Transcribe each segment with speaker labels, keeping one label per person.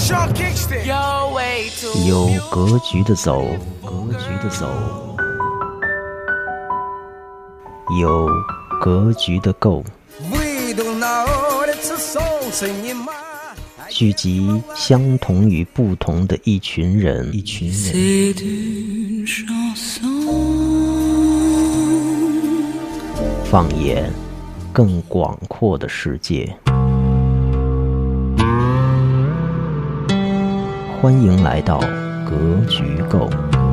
Speaker 1: 有格局的走，有格局的够，聚集相同与不同的一群人，放眼更广阔的世界。欢迎来到格局够。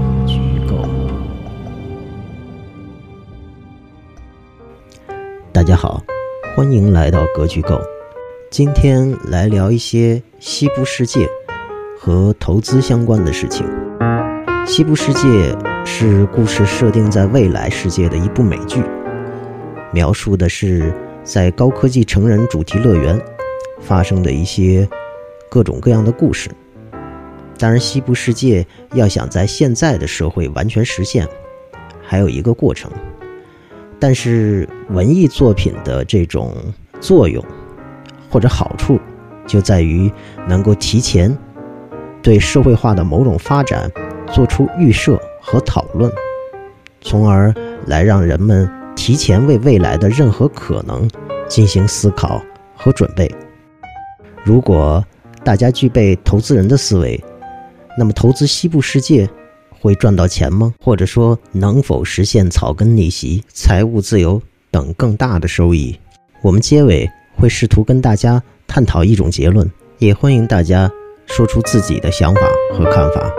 Speaker 1: 大家好，欢迎来到格局够。今天来聊一些西部世界和投资相关的事情。西部世界是故事设定在未来世界的一部美剧，描述的是在高科技成人主题乐园发生的一些各种各样的故事。当然，西部世界要想在现在的社会完全实现，还有一个过程。但是文艺作品的这种作用或者好处，就在于能够提前对社会化的某种发展做出预设和讨论，从而来让人们提前为未来的任何可能进行思考和准备。如果大家具备投资人的思维，那么投资西部世界会赚到钱吗？或者说能否实现草根逆袭、财务自由等更大的收益？我们结尾会试图跟大家探讨一种结论，也欢迎大家说出自己的想法和看法。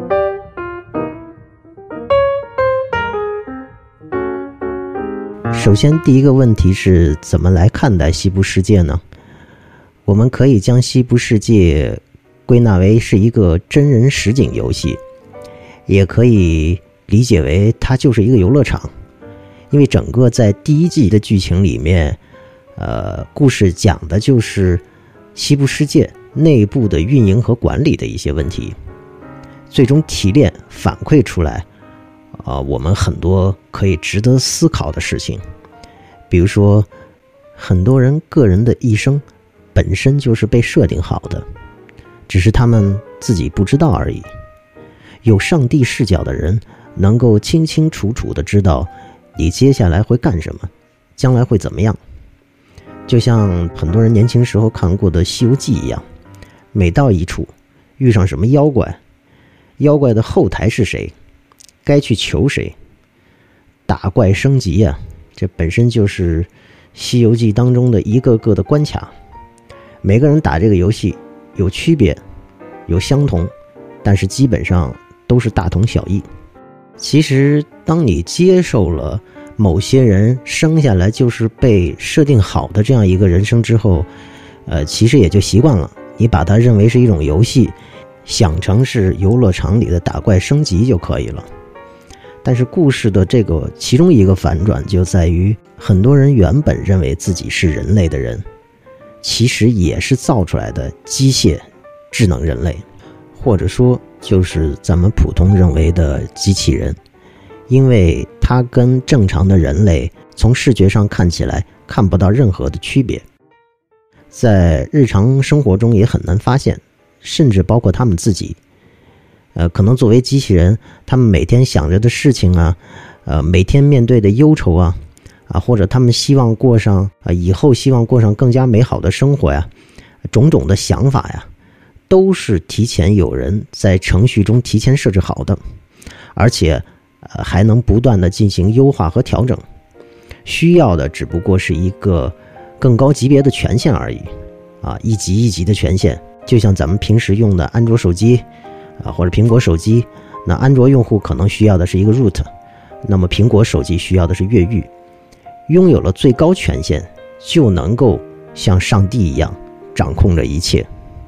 Speaker 1: 首先，第一个问题是怎么来看待西部世界呢？我们可以将西部世界归纳为是一个真人实景游戏，也可以理解为它就是一个游乐场。因为整个在第一季的剧情里面，故事讲的就是西部世界内部的运营和管理的一些问题，最终提炼反馈出来我们很多可以值得思考的事情。比如说，很多人个人的一生本身就是被设定好的，只是他们自己不知道而已。有上帝视角的人能够清清楚楚地知道你接下来会干什么，将来会怎么样。就像很多人年轻时候看过的《西游记》一样，每到一处遇上什么妖怪，妖怪的后台是谁，该去求谁。打怪升级啊，这本身就是《西游记》当中的一个个的关卡。每个人打这个游戏有区别，有相同，但是基本上都是大同小异。其实当你接受了某些人生下来就是被设定好的这样一个人生之后，其实也就习惯了，你把它认为是一种游戏，想成是游乐场里的打怪升级就可以了。但是故事的这个其中一个反转就在于，很多人原本认为自己是人类的人，其实也是造出来的机械智能人类，或者说就是咱们普通认为的机器人。因为它跟正常的人类从视觉上看起来看不到任何的区别，在日常生活中也很难发现，甚至包括他们自己。可能作为机器人，他们每天想着的事情啊，每天面对的忧愁啊，或者他们希望过上以后希望过上更加美好的生活呀，种种的想法呀，都是提前有人在程序中提前设置好的，而且还能不断的进行优化和调整。需要的只不过是一个更高级别的权限而已一级一级的权限。就像咱们平时用的安卓手机或者苹果手机，那安卓用户可能需要的是一个 root， 那么苹果手机需要的是越狱。拥有了最高权限，就能够像上帝一样掌控着一切。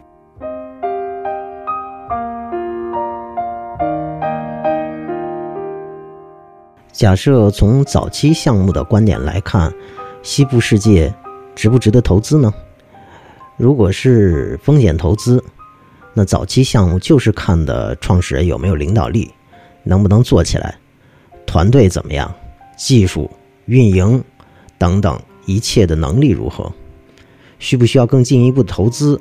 Speaker 1: 假设从早期项目的观点来看，西部世界值不值得投资呢？如果是风险投资，那早期项目就是看的创始人有没有领导力，能不能做起来，团队怎么样，技术、运营等等一切的能力如何，需不需要更进一步的投资，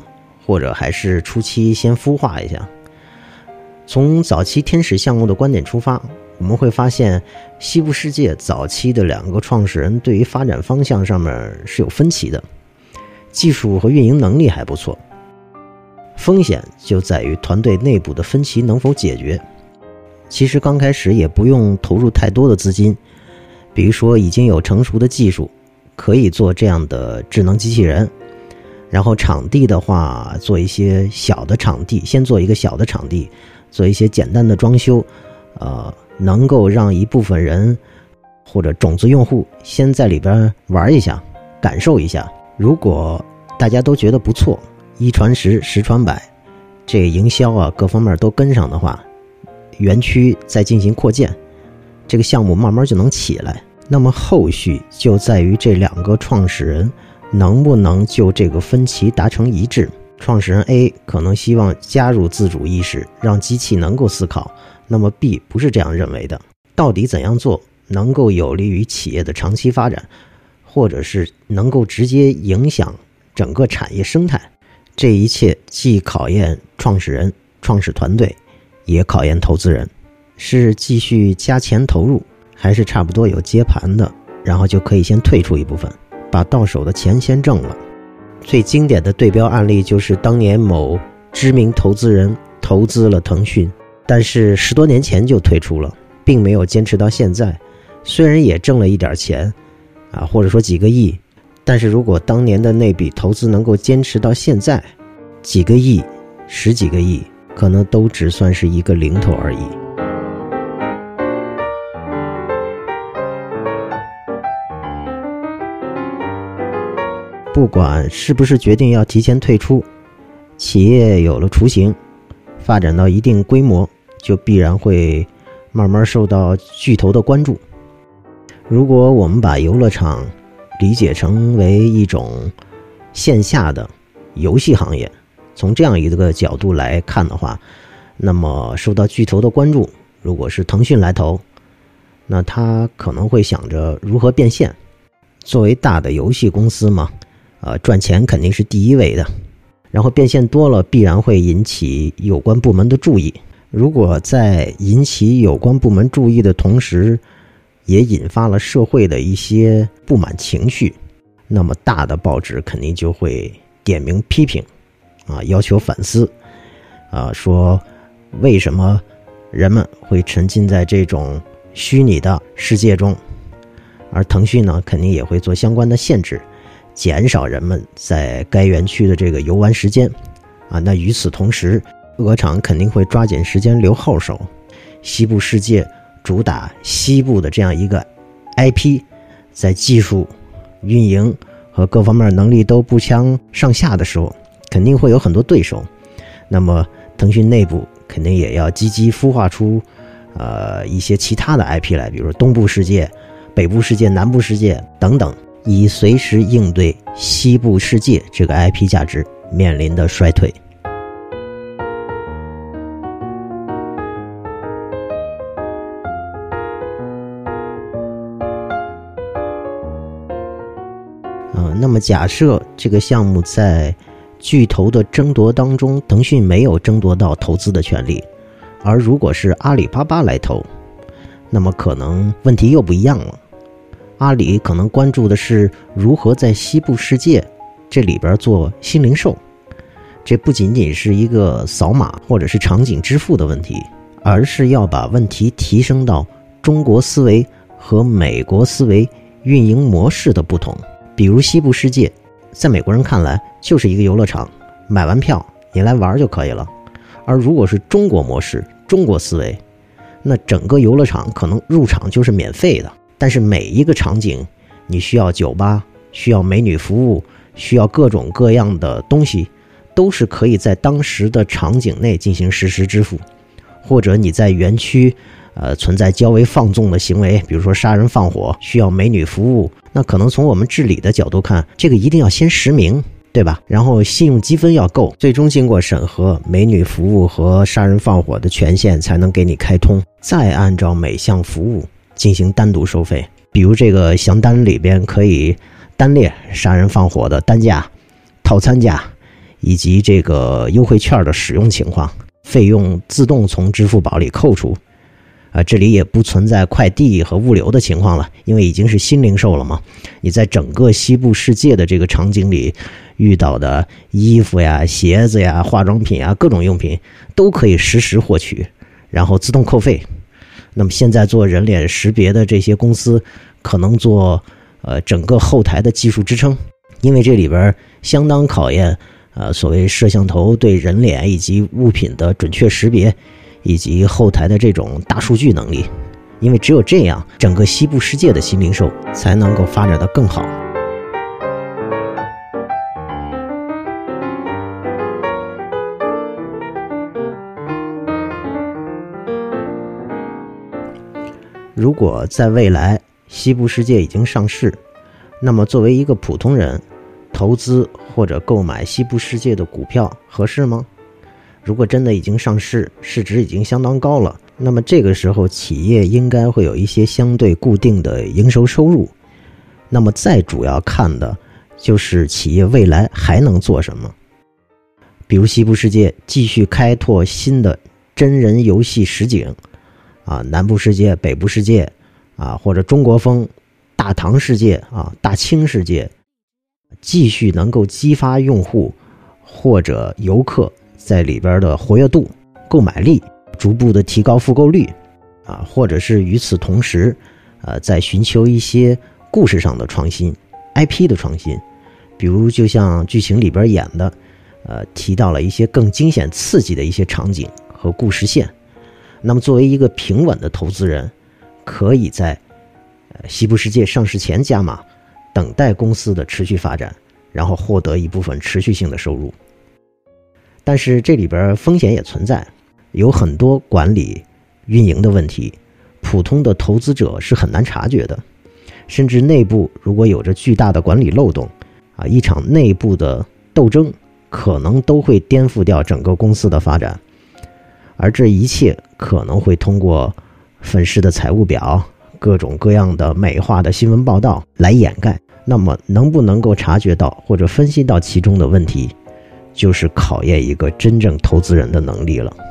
Speaker 1: 或者还是初期先孵化一下。从早期天使项目的观点出发，我们会发现西部世界早期的2个创始人对于发展方向上面是有分歧的，技术和运营能力还不错，风险就在于团队内部的分歧能否解决。其实刚开始也不用投入太多的资金，比如说已经有成熟的技术可以做这样的智能机器人，然后场地的话做一些小的场地，先做一个小的场地，做一些简单的装修，能够让一部分人或者种子用户先在里边玩一下，感受一下。如果大家都觉得不错，1传10，10传100，这个营销啊各方面都跟上的话，园区再进行扩建，这个项目慢慢就能起来。那么后续就在于这2个创始人能不能就这个分歧达成一致。创始人 A 可能希望加入自主意识，让机器能够思考，那么 B 不是这样认为的。到底怎样做能够有利于企业的长期发展，或者是能够直接影响整个产业生态，这一切既考验创始人、创始团队，也考验投资人，是继续加钱投入，还是差不多有接盘的，然后就可以先退出一部分，把到手的钱先挣了。最经典的对标案例就是当年某知名投资人投资了腾讯，但是10多年前就退出了，并没有坚持到现在。虽然也挣了一点钱或者说几个亿，但是如果当年的那笔投资能够坚持到现在，几个亿、10几个亿可能都只算是一个零头而已。不管是不是决定要提前退出，企业有了雏形，发展到一定规模，就必然会慢慢受到巨头的关注。如果我们把游乐场理解成为一种线下的游戏行业，从这样一个角度来看的话，那么受到巨头的关注，如果是腾讯来投，那他可能会想着如何变现。作为大的游戏公司嘛，赚钱肯定是第一位的，然后变现多了必然会引起有关部门的注意。如果在引起有关部门注意的同时，也引发了社会的一些不满情绪，那么大的报纸肯定就会点名批评要求反思说为什么人们会沉浸在这种虚拟的世界中，而腾讯呢肯定也会做相关的限制，减少人们在该园区的这个游玩时间那与此同时，鹅厂肯定会抓紧时间留后手。西部世界主打西部的这样一个 IP， 在技术、运营和各方面能力都不相上下的时候，肯定会有很多对手。那么腾讯内部肯定也要积极孵化出一些其他的 IP 来，比如说东部世界、北部世界、南部世界等等，以随时应对西部世界这个 IP 价值面临的衰退。那么假设这个项目在巨头的争夺当中，腾讯没有争夺到投资的权利，而如果是阿里巴巴来投，那么可能问题又不一样了。阿里可能关注的是如何在西部世界这里边做新零售，这不仅仅是一个扫码或者是场景支付的问题，而是要把问题提升到中国思维和美国思维运营模式的不同。比如西部世界在美国人看来就是一个游乐场，买完票你来玩就可以了。而如果是中国模式、中国思维，那整个游乐场可能入场就是免费的，但是每一个场景你需要酒吧，需要美女服务，需要各种各样的东西，都是可以在当时的场景内进行实时支付。或者你在园区存在较为放纵的行为，比如说杀人放火，需要美女服务，那可能从我们治理的角度看，这个一定要先实名，对吧？然后信用积分要够，最终经过审核，美女服务和杀人放火的权限才能给你开通，再按照每项服务进行单独收费。比如这个详单里边可以单列杀人放火的单价、套餐价， 以及这个优惠券的使用情况，费用自动从支付宝里扣除。这里也不存在快递和物流的情况了，因为已经是新零售了嘛。你在整个西部世界的这个场景里遇到的衣服呀、鞋子呀、化妆品啊、各种用品都可以实时获取，然后自动扣费。那么现在做人脸识别的这些公司可能做整个后台的技术支撑，因为这里边相当考验所谓摄像头对人脸以及物品的准确识别，以及后台的这种大数据能力，因为只有这样，整个西部世界的新零售才能够发展得更好。如果在未来西部世界已经上市，那么作为一个普通人，投资或者购买西部世界的股票合适吗？如果真的已经上市，市值已经相当高了，那么这个时候企业应该会有一些相对固定的营收收入。那么再主要看的就是企业未来还能做什么。比如西部世界继续开拓新的真人游戏实景南部世界、北部世界或者中国风大唐世界大清世界，继续能够激发用户或者游客在里边的活跃度、购买力，逐步的提高复购率或者是与此同时在寻求一些故事上的创新、IP 的创新，比如就像剧情里边演的提到了一些更惊险刺激的一些场景和故事线。那么作为一个平稳的投资人，可以在西部世界上市前加码，等待公司的持续发展，然后获得一部分持续性的收入。但是这里边风险也存在，有很多管理运营的问题，普通的投资者是很难察觉的，甚至内部如果有着巨大的管理漏洞一场内部的斗争可能都会颠覆掉整个公司的发展。而这一切可能会通过粉饰的财务表、各种各样的美化的新闻报道来掩盖。那么能不能够察觉到或者分析到其中的问题，就是考验一个真正投资人的能力了。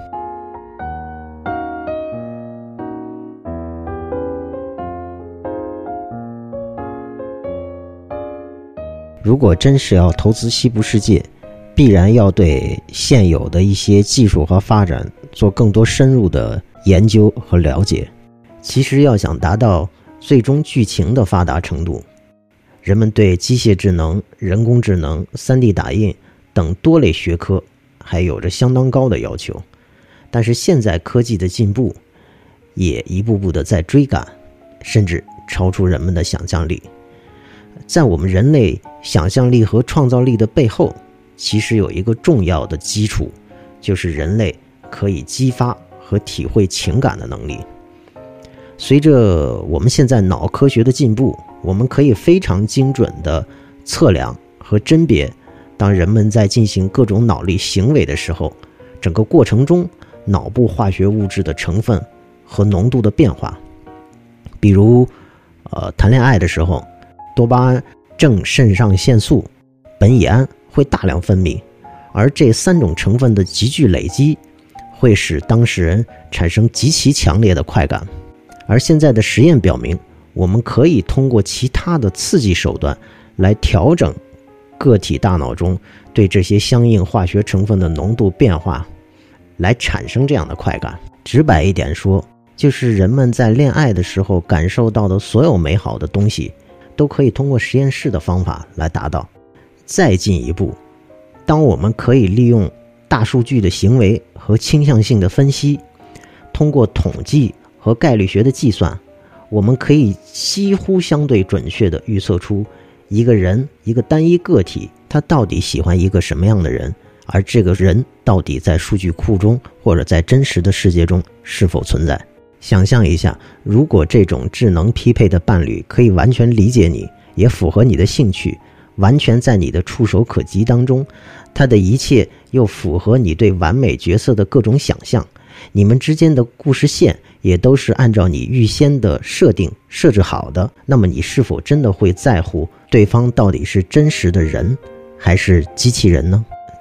Speaker 1: 如果真是要投资西部世界，必然要对现有的一些技术和发展做更多深入的研究和了解。其实要想达到最终剧情的发达程度，人们对机械智能、人工智能、3D 打印等多类学科还有着相当高的要求。但是现在科技的进步也一步步的在追赶，甚至超出人们的想象力。在我们人类想象力和创造力的背后，其实有一个重要的基础，就是人类可以激发和体会情感的能力。随着我们现在脑科学的进步，我们可以非常精准地测量和甄别当人们在进行各种脑力行为的时候，整个过程中脑部化学物质的成分和浓度的变化。比如谈恋爱的时候，多巴胺、正肾上腺素、苯乙胺会大量分泌，而这3种成分的急剧累积会使当事人产生极其强烈的快感。而现在的实验表明，我们可以通过其他的刺激手段来调整个体大脑中对这些相应化学成分的浓度变化，来产生这样的快感。直白一点说，就是人们在恋爱的时候感受到的所有美好的东西，都可以通过实验室的方法来达到。再进一步，当我们可以利用大数据的行为和倾向性的分析，通过统计和概率学的计算，我们可以几乎相对准确地预测出一个人、一个单一个体，他到底喜欢一个什么样的人，而这个人到底在数据库中或者在真实的世界中是否存在。想象一下，如果这种智能匹配的伴侣可以完全理解你，也符合你的兴趣，完全在你的触手可及当中，他的一切又符合你对完美角色的各种想象，你们之间的故事线也都是按照你预先的设置好的，那么你是否真的会在乎对方到底是真实的人还是机器人呢？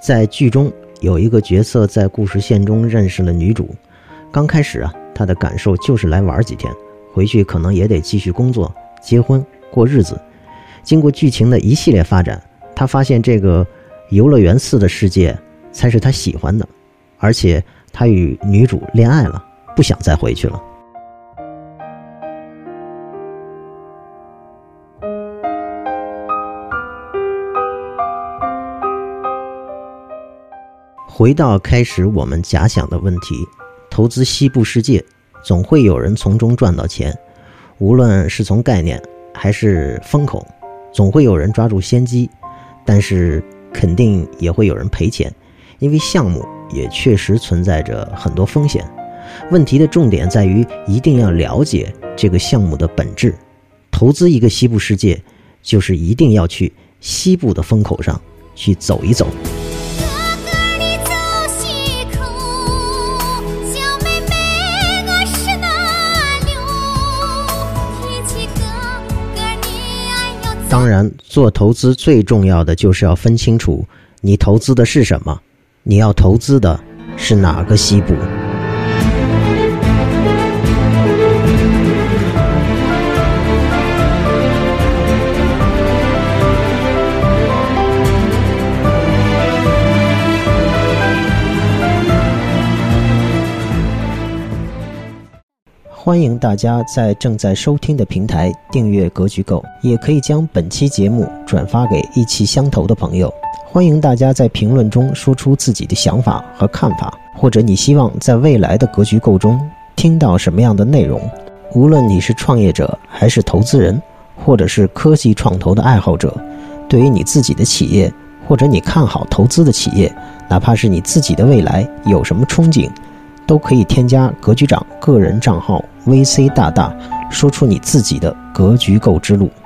Speaker 1: 在剧中有一个角色在故事线中认识了女主，刚开始他的感受就是来玩几天，回去可能也得继续工作、结婚、过日子。经过剧情的一系列发展，他发现这个游乐园似的世界才是他喜欢的，而且他与女主恋爱了，不想再回去了。回到开始我们假想的问题，投资西部世界总会有人从中赚到钱，无论是从概念还是风口，总会有人抓住先机，但是肯定也会有人赔钱，因为项目也确实存在着很多风险。问题的重点在于一定要了解这个项目的本质。投资一个西部世界，就是一定要去西部的风口上去走一走。当然，做投资最重要的就是要分清楚你投资的是什么，你要投资的是哪个西部。欢迎大家在正在收听的平台订阅格局购，也可以将本期节目转发给意气相投的朋友。欢迎大家在评论中说出自己的想法和看法，或者你希望在未来的格局购中听到什么样的内容。无论你是创业者还是投资人，或者是科技创投的爱好者，对于你自己的企业或者你看好投资的企业，哪怕是你自己的未来有什么憧憬，都可以添加格局长个人账号 VC 大大，说出你自己的格局购之路。